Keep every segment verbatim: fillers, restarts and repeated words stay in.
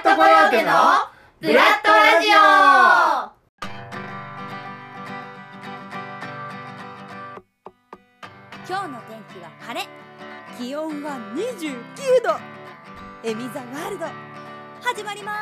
トコヨーテのブラッドラジオ。 今日の天気は晴れ、気温はにじゅうきゅうど。エミザワールド始まります。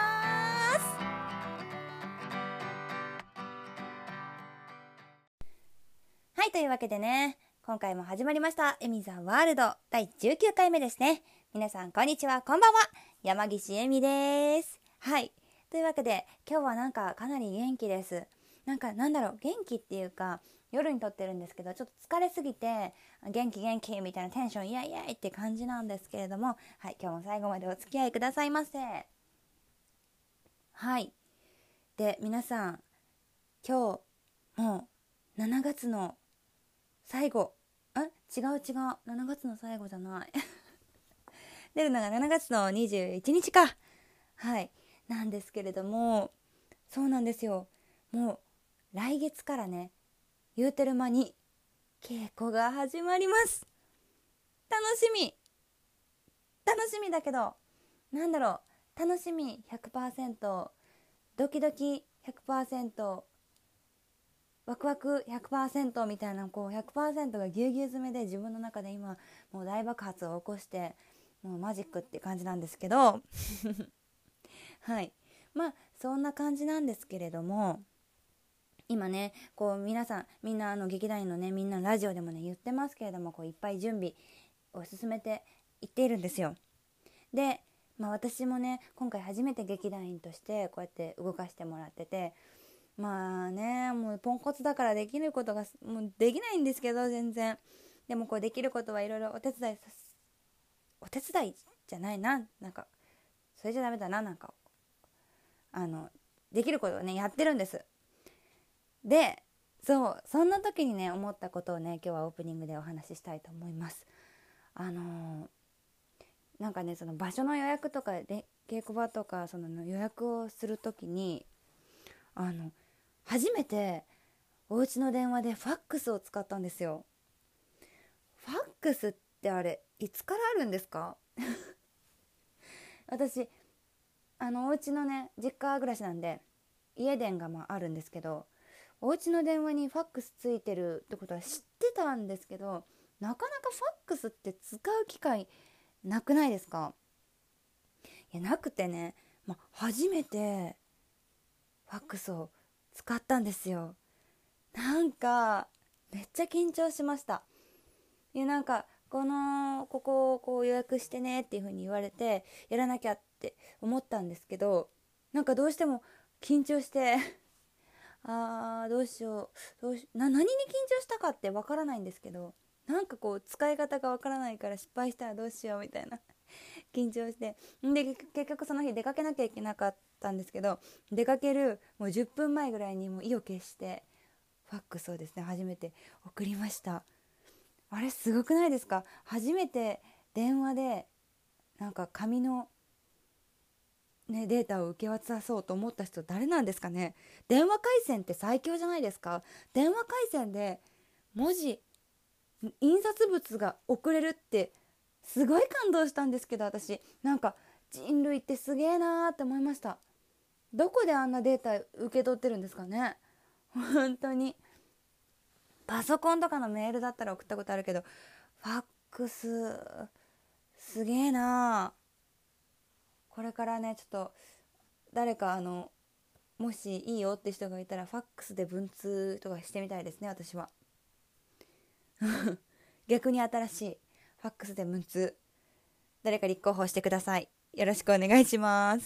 はい、というわけでね、今回も始まりましたエミザワールドだいじゅうきゅうかいめですね。皆さんこんにちは、こんばんは。山岸エミです。はい、というわけで今日はなんかかなり元気です。なんかなんだろう、元気っていうか夜に撮ってるんですけど、ちょっと疲れすぎて元気元気みたいなテンションイヤイヤイって感じなんですけれども、はい、今日も最後までお付き合いくださいませ。はい、で皆さん、今日もうしちがつの最後、あ違う違うしちがつの最後じゃない出るのがしちがつのにじゅういちにちか、はいなんですけれども、そうなんですよ。もう来月からね、言うてる間に稽古が始まります。楽しみ楽しみだけど、なんだろう、楽しみ ひゃくパーセント、 ドキドキ ひゃくパーセント、 ワクワク ひゃくパーセント みたいな、こう ひゃくパーセント がぎゅうぎゅう詰めで自分の中で今もう大爆発を起こして、もうマジックって感じなんですけどはい、まあそんな感じなんですけれども、今ね、こう皆さんみんなあの劇団員のね、みんなラジオでもね言ってますけれども、こういっぱい準備を進めていっているんですよ。で、まあ、私もね今回初めて劇団員としてこうやって動かしてもらってて、まあね、もうポンコツだからできることがもうできないんですけど、全然でもこうできることはいろいろお手伝いさすお手伝いじゃないな、なんかそれじゃダメだな、なんかあのできることをねやってるんです。で、そうそんな時にね思ったことをね、今日はオープニングでお話ししたいと思います。あのー、なんかね、その場所の予約とかで稽古場とかその予約をする時に、あの初めてお家の電話でファックスを使ったんですよ。ファックスってあれいつからあるんですか私あのお家のね実家暮らしなんで家電がまああるんですけど、お家の電話にファックスついてるってことは知ってたんですけど、なかなかファックスって使う機会なくないですか？いやなくてね、まあ、初めてファックスを使ったんですよ。なんかめっちゃ緊張しました。いやなんかこのここをこう予約してねっていう風に言われてやらなきゃって思ったんですけど、なんかどうしても緊張してあーどうしようどうしな何に緊張したかってわからないんですけど、なんかこう使い方がわからないから失敗したらどうしようみたいな緊張して、で結局その日出かけなきゃいけなかったんですけど、出かけるもうじゅっぷんまえぐらいにもう意を決してファックスをですね初めて送りました。あれすごくないですか？初めて電話でなんか紙の、ね、データを受け渡そうと思った人誰なんですかね？電話回線って最強じゃないですか？電話回線で文字印刷物が送れるってすごい感動したんですけど、私なんか人類ってすげえなーって思いました。どこであんなデータ受け取ってるんですかね？本当にパソコンとかのメールだったら送ったことあるけど、ファックスすげえな。これからねちょっと誰かあのもしいいよって人がいたらファックスで文通とかしてみたいですね、私は。逆に新しいファックスで文通、誰か立候補してください。よろしくお願いします。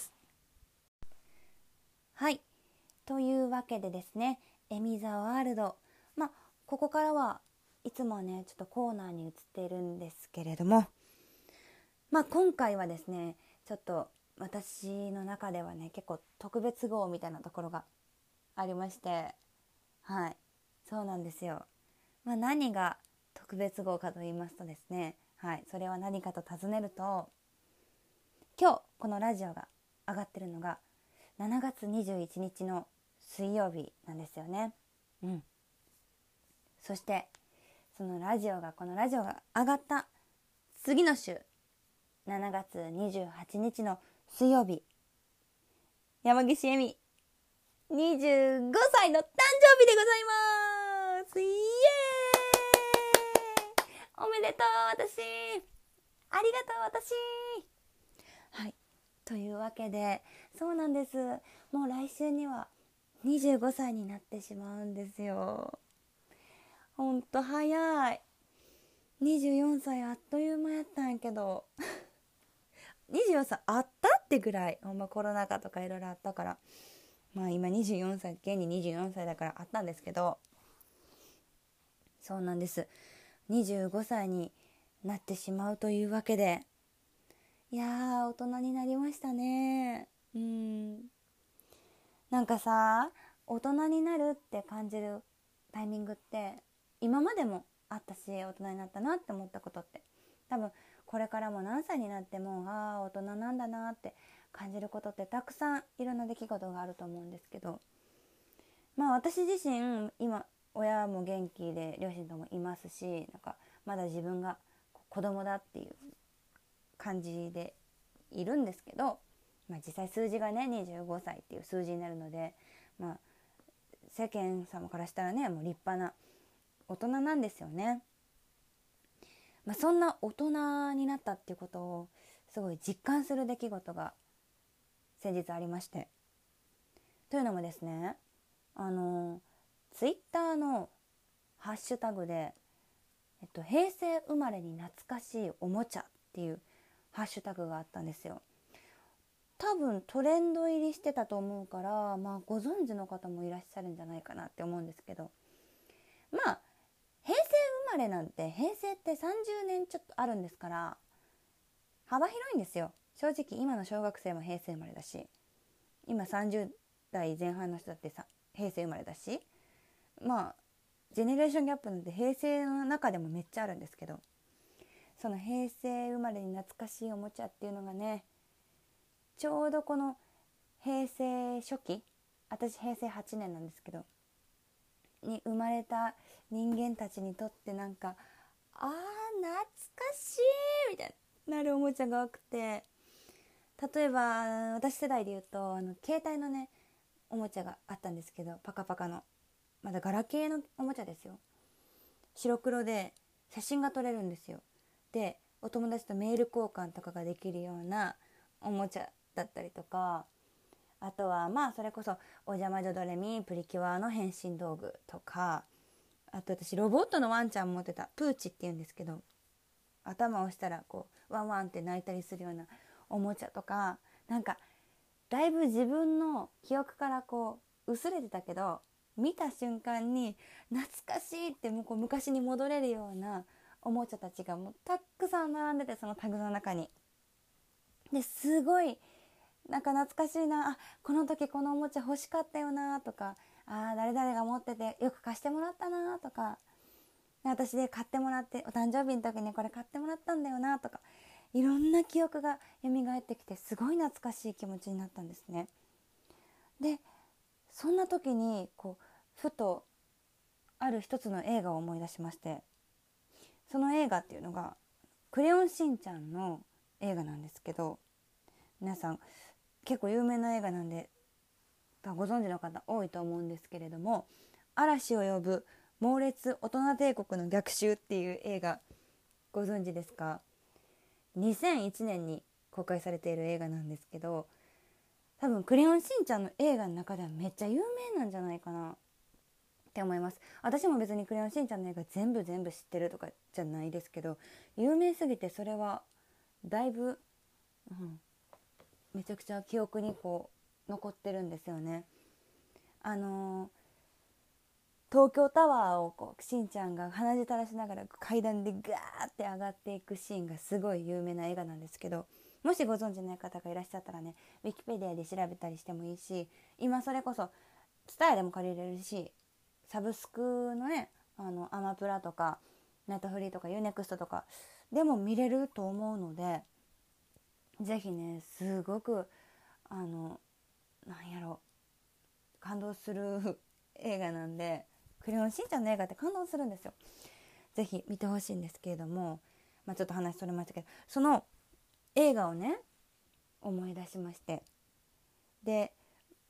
はい、というわけでですね、エミザワールド、まあここからはいつもはねちょっとコーナーに移っているんですけれども、まあ今回はですねちょっと私の中ではね結構特別号みたいなところがありまして、はいそうなんですよ。まあ何が特別号かと言いますとですね、はいそれは何かと尋ねると、今日このラジオが上がってるのがしちがつにじゅういちにちの水曜日なんですよね。うん。そしてそのラジオがこのラジオが上がった次の週しちがつにじゅうはちにちの水曜日、 山岸恵美にじゅうごさいの誕生日でございますイエーイおめでとう私ありがとう私はい、というわけでそうなんです。もう来週にはにじゅうごさいになってしまうんですよ。ほんと早い。にじゅうよんさいあっという間やったんやけどにじゅうよんさいあったってぐらいほんまコロナ禍とかいろいろあったから、まあ今にじゅうよんさい現ににじゅうよんさいだからあったんですけど、そうなんです。にじゅうごさいになってしまうというわけで、いやー大人になりましたね。うんなんかさ、大人になるって感じるタイミングって今までもあったし、大人になったなって思ったことって多分これからも何歳になってもああ大人なんだなって感じることってたくさんいろんな出来事があると思うんですけど、まあ私自身今親も元気で両親ともいますし、なんかまだ自分が子供だっていう感じでいるんですけど、まあ、実際数字がねにじゅうごさいっていう数字になるので、まあ、世間様からしたらねもう立派な大人なんですよね。まあ、そんな大人になったっていうことをすごい実感する出来事が先日ありまして、というのもですね、あのツイッターのハッシュタグで、えっと、平成生まれに懐かしいおもちゃっていうハッシュタグがあったんですよ。多分トレンド入りしてたと思うから、まあ、ご存知の方もいらっしゃるんじゃないかなって思うんですけど、まあ平成生まれなんて平成ってさんじゅうねんちょっとあるんですから幅広いんですよ。正直今の小学生も平成生まれだし、今さんじゅうだいぜん半の人だってさ平成生まれだし、まあジェネレーションギャップなんて平成の中でもめっちゃあるんですけど、その平成生まれに懐かしいおもちゃっていうのがね、ちょうどこの平成初期、私平成はちねんなんですけどに生まれた人間たちにとってなんかあー懐かしいみたいななるおもちゃが多くて、例えば私世代で言うとあの携帯のねおもちゃがあったんですけど、パカパカのまだガラケーのおもちゃですよ。白黒で写真が撮れるんですよ。でお友達とメール交換とかができるようなおもちゃだったりとか、あとはまあそれこそおじゃまじょドレミプリキュアの変身道具とか、あと私ロボットのワンちゃん持ってた、プーチっていうんですけど、頭を押したらこうワンワンって泣いたりするようなおもちゃとか、なんかだいぶ自分の記憶からこう薄れてたけど見た瞬間に懐かしいってもうこう昔に戻れるようなおもちゃたちがもうたくさん並んでて、そのタグの中にですごいなんか懐かしいな、あこの時このおもちゃ欲しかったよなとか、あ誰々が持っててよく貸してもらったなとか、私で買ってもらってお誕生日の時にこれ買ってもらったんだよなとか、いろんな記憶が蘇ってきてすごい懐かしい気持ちになったんですね。でそんな時にこうふとある一つの映画を思い出しまして、その映画っていうのがクレヨンしんちゃんの映画なんですけど、皆さん結構有名な映画なんでご存知の方多いと思うんですけれども、嵐を呼ぶ猛烈大人帝国の逆襲っていう映画ご存知ですか？にせんいちねんに公開されている映画なんですけど、多分クレヨンしんちゃんの映画の中ではめっちゃ有名なんじゃないかなって思います。私も別にクレヨンしんちゃんの映画全部全部知ってるとかじゃないですけど、有名すぎてそれはだいぶ、うん、めちゃくちゃ記憶にこう残ってるんですよね。あのー、東京タワーをこうしんちゃんが鼻血垂らしながら階段でガーって上がっていくシーンがすごい有名な映画なんですけど、もしご存知ない方がいらっしゃったらね、ウィキペディアで調べたりしてもいいし、今それこそツタヤでも借りれるし、サブスクのね、あのアマプラとかネットフリーとかユーネクストとかでも見れると思うので、ぜひねすごくあのなんやろ感動する映画なんで、クレヨンしんちゃんの映画って感動するんですよ。ぜひ見てほしいんですけれども、まあ、ちょっと話それましたけど、その映画をね思い出しまして、で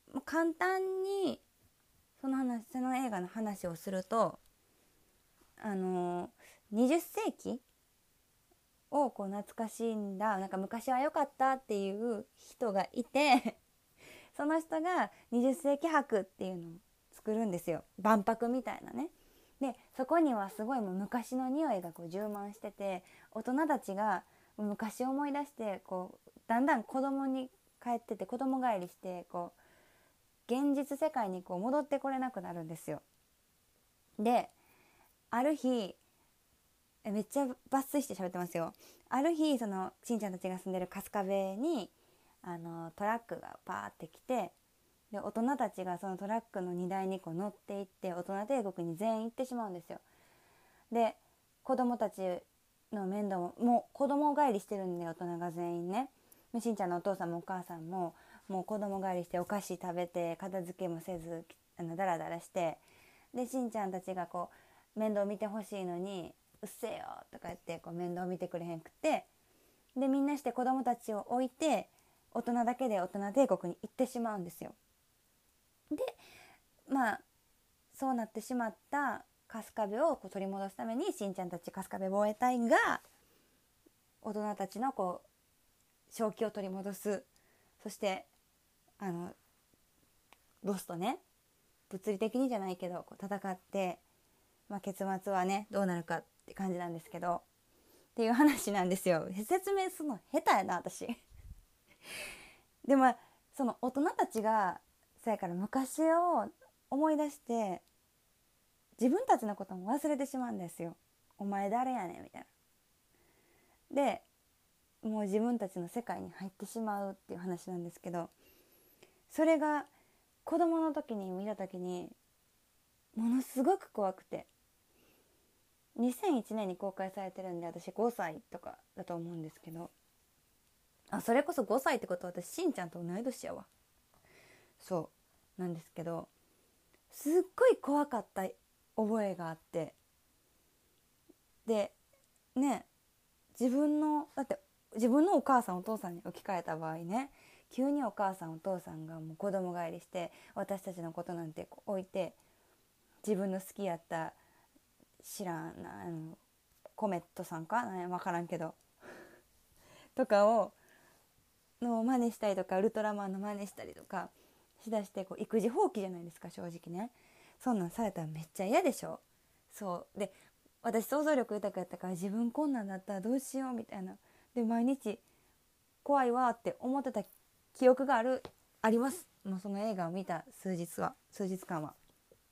簡単にその話その映画の話をすると、あのにじゅっせいきをこう懐かしんだ、なんか昔は良かったっていう人がいてその人がにじゅっせいき博っていうのを作るんですよ。万博みたいなね。でそこにはすごいもう昔の匂いがこう充満してて、大人たちが昔を思い出してこうだんだん子供に帰ってて、子供帰りしてこう現実世界にこう戻ってこれなくなるんですよ。である日、えめっちゃ抜粋して喋ってますよ。ある日そのしんちゃんたちが住んでる春日部にあのトラックがパーって来て、で大人たちがそのトラックの荷台にこう乗っていって大人帝国に全員行ってしまうんですよ。で子供たちの面倒ももう子供帰りしてるんで、大人が全員ね、しんちゃんのお父さんもお母さんももう子供帰りしてお菓子食べて片付けもせずあのダラダラして、でしんちゃんたちがこう面倒見てほしいのにうっせえよとか言ってこう面倒見てくれへんくて、でみんなして子供たちを置いて大人だけで大人帝国に行ってしまうんですよ。でまあそうなってしまった春日部をこう取り戻すためにしんちゃんたち春日部防衛隊が大人たちのこう正気を取り戻す。そしてあのボスとね物理的にじゃないけどこう戦って、まあ、結末はねどうなるかって感じなんですけどっていう話なんですよ。説明するの下手やな私でもその大人たちがそやから昔を思い出して自分たちのことも忘れてしまうんですよ。お前誰やねんみたいな。でもう自分たちの世界に入ってしまうっていう話なんですけど、それが子供の時に見た時にものすごく怖くて、にせんいちねんに公開されてるんで私ごさいとかだと思うんですけど、あそれこそごさいってことは私しんちゃんと同い年やわ。そうなんですけど、すっごい怖かった覚えがあって、でね自分のだって自分のお母さんお父さんに置き換えた場合ね、急にお母さんお父さんがもう子供帰りして私たちのことなんて置いて自分の好きやった知らんなあのコメットさんかなんや分からんけどとかをの真似したりとかウルトラマンの真似したりとかしだしてこう育児放棄じゃないですか正直ね。そんなんされたらめっちゃ嫌でしょ。そうで私想像力豊かやったから自分こんなんだったらどうしようみたいなで毎日怖いわって思ってた記憶があるあります。もうその映画を見た数日は数日間は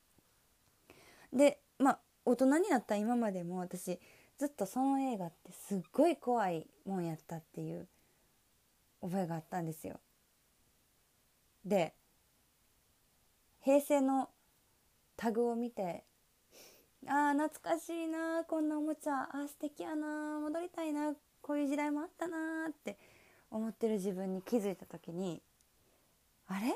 でまあ大人になった今までも私ずっとその映画ってすっごい怖いもんやったっていう覚えがあったんですよ。で平成のタグを見て、あー懐かしいなこんなおもちゃ、あー素敵やな戻りたいなこういう時代もあったなって思ってる自分に気づいた時に、あれ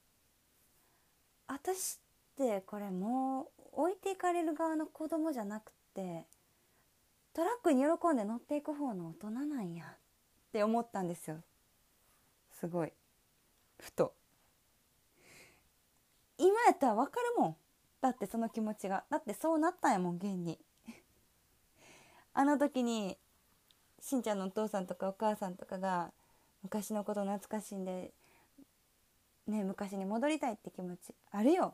私ってこれもう置いていかれる側の子供じゃなくてトラックに喜んで乗っていく方の大人なんやって思ったんですよ。すごいふと今やったら分かるもん。だってその気持ちがだってそうなったんやもん現にあの時にしんちゃんのお父さんとかお母さんとかが昔のこと懐かしんでね昔に戻りたいって気持ちあるよ。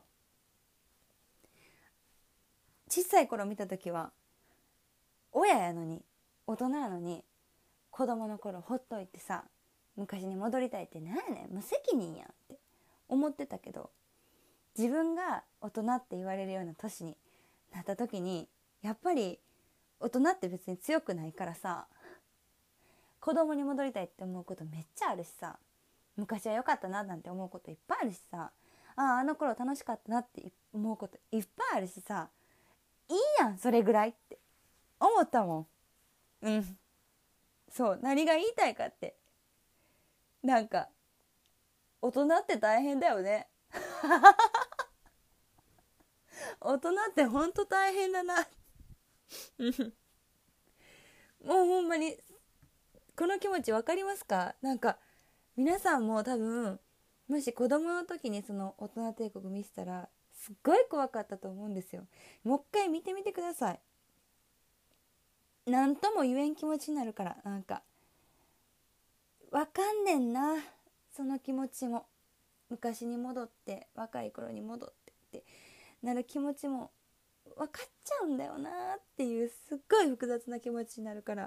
小さい頃見た時は親やのに大人やのに子供の頃ほっといてさ昔に戻りたいってなんやねん無責任やんって思ってたけど、自分が大人って言われるような年になった時にやっぱり大人って別に強くないからさ、子供に戻りたいって思うことめっちゃあるしさ、昔は良かったななんて思うこといっぱいあるしさ、あああの頃楽しかったなって思うこといっぱいあるしさ、いいやんそれぐらいって思ったもん。うんそう何が言いたいかってなんか大人って大変だよね大人ってほんと大変だなもうほんまにこの気持ち分かりますか？なんか皆さんも多分もし子供の時にその大人帝国見せたらすっごい怖かったと思うんですよ。もう一回見てみてください。なんとも言えん気持ちになるから、なんかわかんねんな、その気持ちも。昔に戻って若い頃に戻ってってなる気持ちも分かっちゃうんだよなっていう、すっごい複雑な気持ちになるから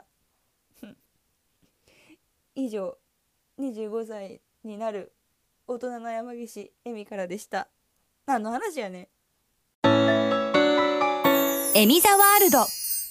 以上、にじゅうごさいになる大人の山岸恵美からでした。何の話やね。 エミザワールド。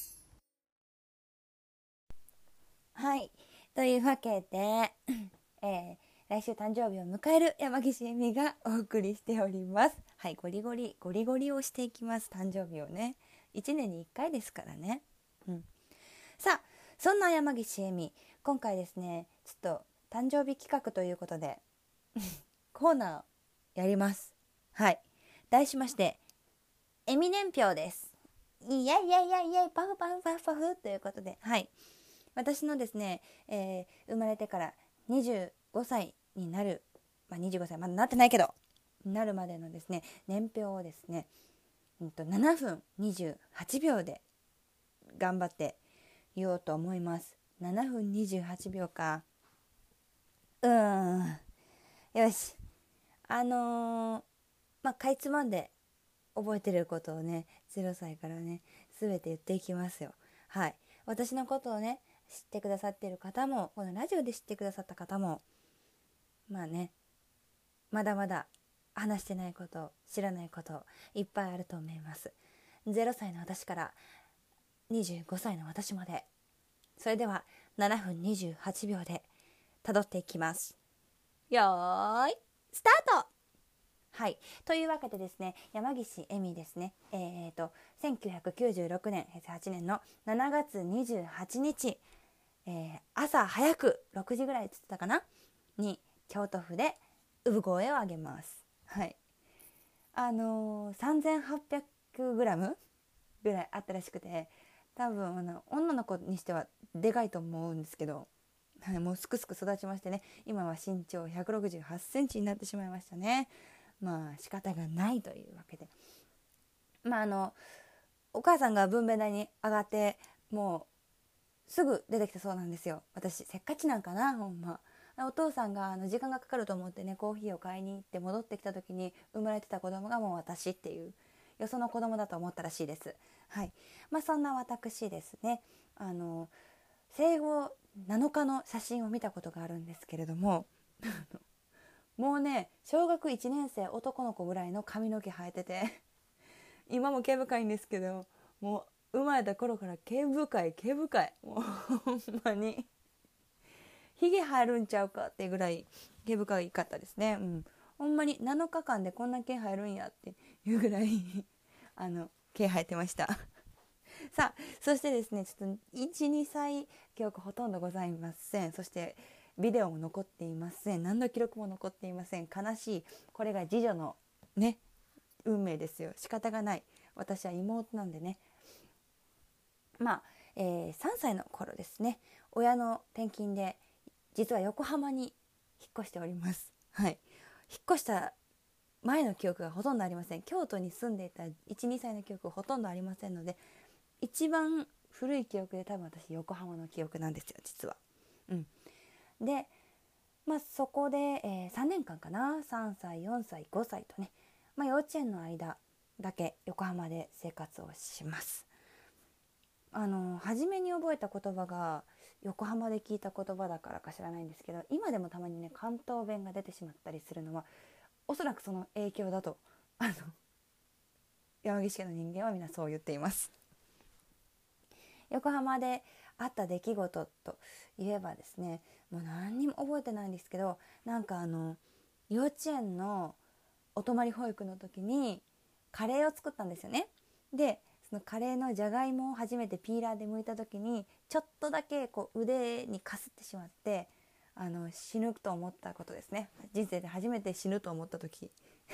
はい、というわけで、えー、来週誕生日を迎える山岸恵美がお送りしております。はい、ゴリゴリゴリゴリをしていきます。誕生日をね、いちねんにいっかいですからね。うん、さあ、そんな山岸恵美、今回ですね、ちょっと誕生日企画ということでコーナーやります。はい、題しまして恵美年表です。イエイイエイイエイイエイパフパフパフパフということで、はい、私のですね、えー、生まれてからにじゅうごさいになる、まあ、にじゅうごさいまだなってないけどなるまでのですね年表をですね、うん、とななふんにじゅうはちびょうで頑張って言おうと思います。ななふんにじゅうはちびょうか。うーん、よし、あのー、まあかいつまんで覚えてることをね、ゼロさいからね全て言っていきますよ。はい、私のことをね知ってくださっている方も、このラジオで知ってくださった方も、まあね、まだまだ話してないこと、知らないこといっぱいあると思います。ゼロさいの私からにじゅうごさいの私まで、それではななふんにじゅうはちびょうで辿っていきます。よーいスタート。はい、というわけでですね、山岸恵美ですね、えーとせんきゅうひゃくきゅうじゅうろくねん、へいせいはちねんのしちがつにじゅうはちにち、えー、朝早くろくじぐらいつってたかなに京都府で産声を上げます。はい、あのー、さんぜんはっぴゃくグラム ぐらいあったらしくて、多分あの女の子にしてはでかいと思うんですけど、はい、もうすくすく育ちましてね、今は身長ひゃくろくじゅうはちセンチになってしまいましたね。まあ仕方がないというわけで、まああのお母さんが分娩台に上がってもうすぐ出てきたそうなんですよ。私せっかちなんかな、ほんま。お父さんがあの時間がかかると思ってねコーヒーを買いに行って戻ってきた時に生まれてた子供がもう私っていうよその子供だと思ったらしいです。はい、まあそんな私ですね、あの生後なのかの写真を見たことがあるんですけれどももうね小学いちねんせい男の子ぐらいの髪の毛生えてて今も毛深いんですけど、もう生まれた頃から毛深い毛深い、もうほんまにひげ生えるんちゃうかっていうぐらい毛深いかったですね。うん、ほんまになのかかんでこんな毛生えるんやっていうぐらいあの毛生えてましたさあ、そしてですね、ちょっといち、にさい記憶ほとんどございません。そしてビデオも残っていません。何の記録も残っていません。悲しい。これが次女のね運命ですよ。仕方がない。私は妹なんでね。まあ、えー、さんさいの頃ですね、親の転勤で実は横浜に引っ越しております。はい、引っ越した前の記憶がほとんどありません。京都に住んでいたいち、にさいの記憶ほとんどありませんので、一番古い記憶で多分私横浜の記憶なんですよ実は。うん、で、まあ、そこで、えー、さんねんかんかな、さんさいよんさいごさいとね、まあ、幼稚園の間だけ横浜で生活をします。あの初めに覚えた言葉が横浜で聞いた言葉だからか知らないんですけど、今でもたまにね関東弁が出てしまったりするのはおそらくその影響だとあの山岸家の人間はみんなそう言っています。横浜であった出来事といえばですね、もう何にも覚えてないんですけど、なんかあの幼稚園のお泊まり保育の時にカレーを作ったんですよね。でそのカレーのじゃがいもを初めてピーラーで剥いた時にちょっとだけこう腕にかすってしまって、あの死ぬと思ったことですね。人生で初めて死ぬと思った時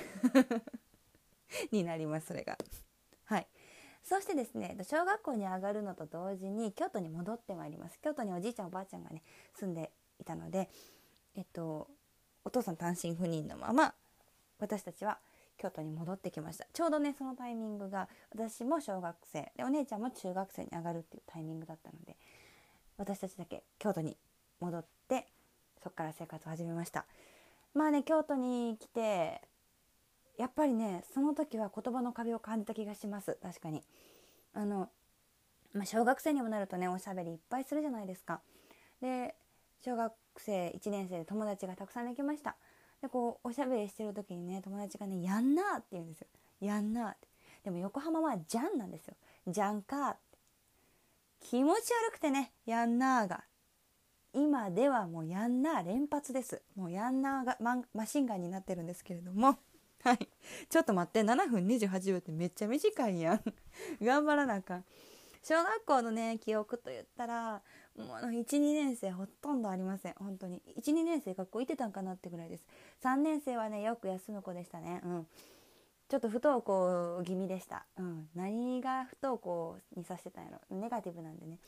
になります、それが。はい、そしてですね、小学校に上がるのと同時に京都に戻ってまいります。京都におじいちゃんおばあちゃんがね住んでいたので、えっとお父さん単身赴任のまま私たちは京都に戻ってきました。ちょうどねそのタイミングが私も小学生でお姉ちゃんも中学生に上がるっていうタイミングだったので、私たちだけ京都に戻ってそこから生活を始めました。まあね京都に来てやっぱりねその時は言葉の壁を感じた気がします。確かにあの、まあ、小学生にもなるとねおしゃべりいっぱいするじゃないですか。で小学生いちねん生で友達がたくさんできました。でこうおしゃべりしてる時にね友達がねやんなーって言うんですよ。やんなーって。でも横浜はじゃんなんですよ。じゃんかーって気持ち悪くてねやんなーが今ではもうやんなー連発です。もうやんなーがマ, マシンガンになってるんですけれどもはい、ちょっと待ってななふんにじゅうはちびょうってめっちゃ短いやん頑張らなあかん。小学校のね記憶と言ったらもう いちにねん生ほとんどありません。本当に いちにねん生学校行ってたんかなってぐらいです。さんねん生はねよく休む子でしたね。うん、ちょっと不登校気味でした。うん、何が不登校にさせてたんやろ。ネガティブなんでね。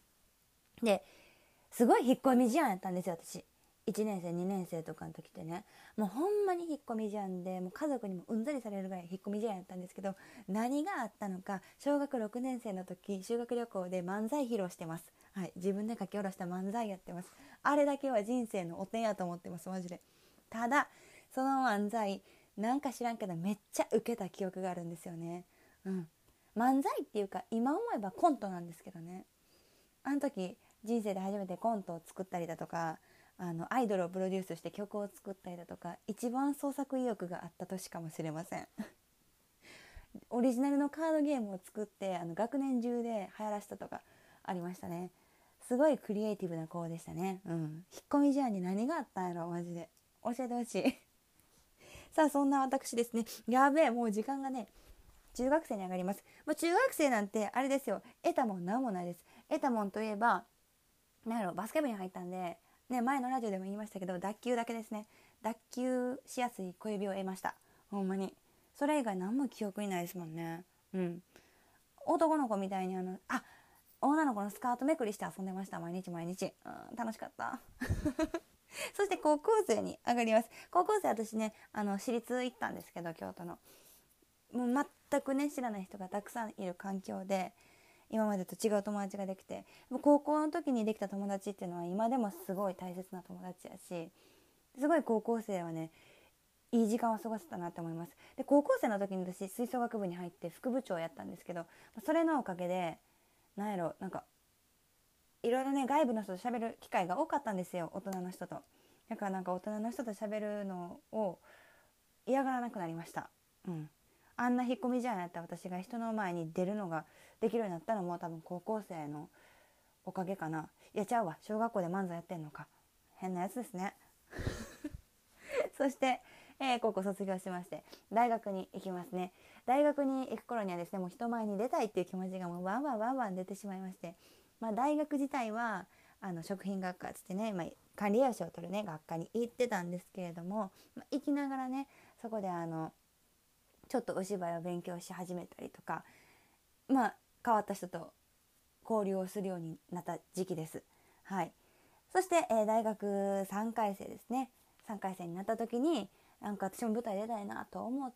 ですごい引っ込み思案やったんですよ私。いちねん生にねん生とかの時ってねもうほんまに引っ込み思案でもう家族にもうんざりされるぐらい引っ込み思案やったんですけど、何があったのか小学ろくねん生の時修学旅行で漫才披露してます。はい、自分で書き下ろした漫才やってます。あれだけは人生の汚点やと思ってますマジで。ただその漫才なんか知らんけどめっちゃウケた記憶があるんですよね。うん、漫才っていうか今思えばコントなんですけどね。あの時人生で初めてコントを作ったりだとかあのアイドルをプロデュースして曲を作ったりだとか一番創作意欲があった年かもしれませんオリジナルのカードゲームを作ってあの学年中で流行らしたとかありましたね。すごいクリエイティブな子でしたね。うん、引っ込み思案に何があったんやろマジで教えてほしいさあそんな私ですね、やべえもう時間がね中学生に上がります。もう中学生なんてあれですよ、得たもんなんもないです。得たもんといえばなんやろバスケ部に入ったんでね、前のラジオでも言いましたけど脱臼だけですね。脱臼しやすい小指を得ました。ほんまにそれ以外何も記憶にないですもんね。うん、男の子みたいにあのあ女の子のスカートめくりして遊んでました毎日毎日。うん、楽しかったそして高校生に上がります。高校生私ねあの私立行ったんですけど京都のもう全くね知らない人がたくさんいる環境で今までと違う友達ができて、高校の時にできた友達っていうのは今でもすごい大切な友達やし、すごい高校生はねいい時間を過ごせたなって思います。で高校生の時に私吹奏楽部に入って副部長をやったんですけど、それのおかげでなんやろなんかいろいろね外部の人と喋る機会が多かったんですよ、大人の人と。だからなんか大人の人と喋るのを嫌がらなくなりました。うん、あんな引っ込み思案やった私が人の前に出るのができるようになったのも多分高校生のおかげかな。いやちゃうわ、小学校で漫才やってんのか、変なやつですねそして、えー、高校卒業しまして大学に行きますね。大学に行く頃にはですねもう人前に出たいっていう気持ちがもうワンワンワンワン出てしまいまして、まあ、大学自体はあの食品学科つってね、まあ、管理栄養士を取るね学科に行ってたんですけれども、まあ、行きながらねそこであのちょっとお芝居を勉強し始めたりとか、まあ変わった人と交流をするようになった時期です。はい、そして、えー、大学さんかい生ですね。さんかい生になった時になんか私も舞台出たいなと思って、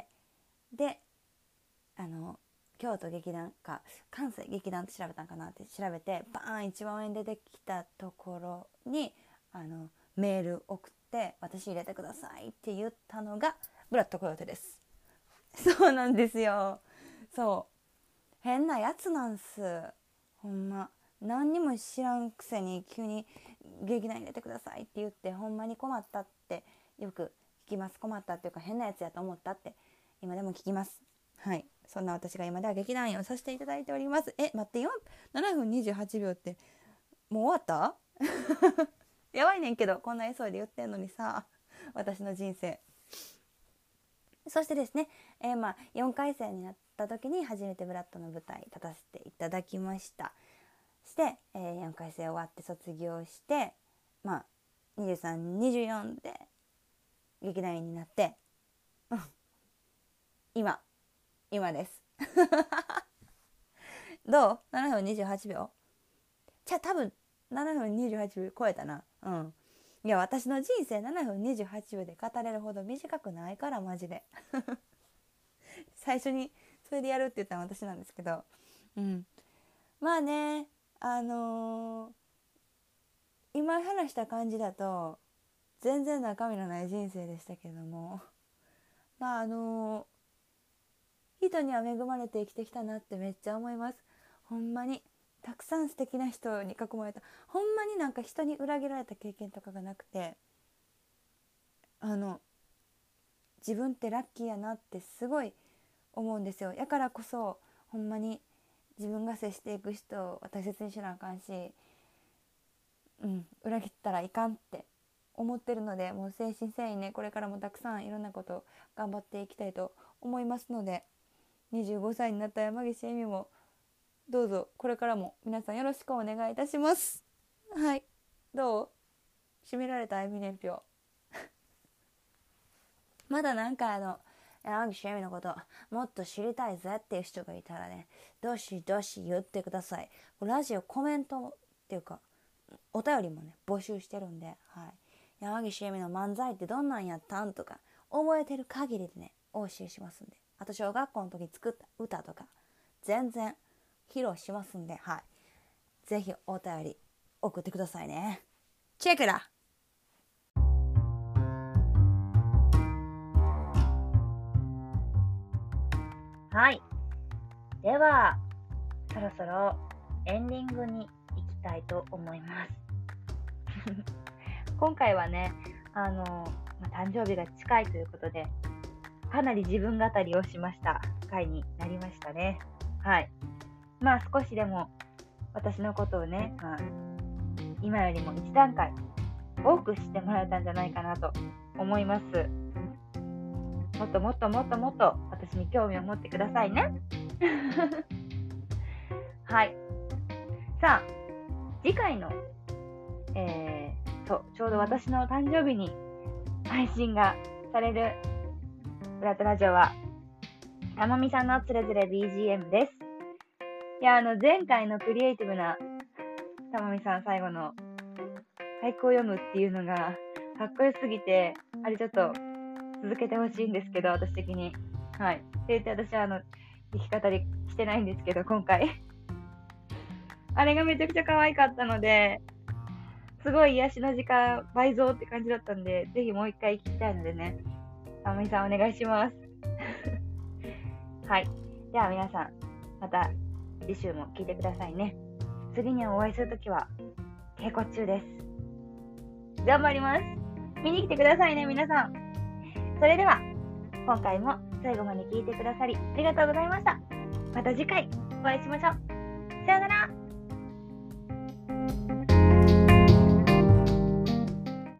であの京都劇団か関西劇団って調べたんかなって調べてバーン一番上に出てきたところにあのメール送って私入れてくださいって言ったのがブラッドコヨーテです。そうなんですよ。そう変なやつなんすほんま。何にも知らんくせに急に劇団入れてくださいって言ってほんまに困ったってよく聞きます。困ったっていうか変なやつやと思ったって今でも聞きます。はい、そんな私が今では劇団員をさせていただいております。え待ってななふんにじゅうはちびょうってもう終わったやばいねんけどこんな急いで言ってんのにさ私の人生。そしてですね、えー、まあよんかい生になった時に初めてブラッドの舞台立たせていただきました。して、えー、よんかい生終わって卒業してまあにじゅうさん、にじゅうよんで劇団員になって、うん、今今ですどう ?ななふんにじゅうはちびょうじゃあ多分ななふんにじゅうはちびょう超えたな。うんいや私の人生ななふんにじゅうはちびょうで語れるほど短くないからマジで最初にそれでやるって言ったのは私なんですけど、うん、まあねあのー、今話した感じだと全然中身のない人生でしたけども、まああのー、人には恵まれて生きてきたなってめっちゃ思います。ほんまにたくさん素敵な人に囲まれた。ほんまになんか人に裏切られた経験とかがなくて、あの自分ってラッキーやなってすごい思うんですよ。やからこそほんまに自分が接していく人を大切にしなあかんし、うん、裏切ったらいかんって思ってるので、もう誠心誠意ねこれからもたくさんいろんなこと頑張っていきたいと思いますので、にじゅうごさいになった山岸恵美もどうぞこれからも皆さんよろしくお願いいたします。はい、どう？締められた恵美年表まだなんかあの山岸恵美のこともっと知りたいぜっていう人がいたらね、どしどし言ってください。ラジオコメントっていうかお便りもね募集してるんで、はい、山岸恵美の漫才ってどんなんやったんとか覚えてる限りでねお教えしますんで、あと小学校の時作った歌とか全然披露しますんで、はい、ぜひお便り送ってくださいね。チェックだ。 はい、ではそろそろエンディングに行きたいと思います今回はねあの、まあ、誕生日が近いということでかなり自分語りをしました回になりましたね。はい、まあ少しでも私のことをね、まあ、今よりも一段階多く知ってもらえたんじゃないかなと思います。もっともっともっともっと私に興味を持ってくださいねはい、さあ次回の、えー、そうちょうど私の誕生日に配信がされるブラッドラジオはたまみさんのつれづれ ビージーエム です。いやあの前回のクリエイティブなたまみさん最後の俳句を読むっていうのがかっこよすぎて、あれちょっと続けてほしいんですけど、私的にはいって言って私はあの弾き語りしてないんですけど今回あれがめちゃくちゃ可愛かったのですごい癒しの時間倍増って感じだったんで、ぜひもう一回聞きたいのでね、たまみさんお願いしますはい、では皆さんまた次週も聞いてくださいね。次にお会いするときは稽古中です。頑張ります。見に来てくださいね皆さん。それでは今回も最後まで聞いてくださりありがとうございました。また次回お会いしましょう。さよなら。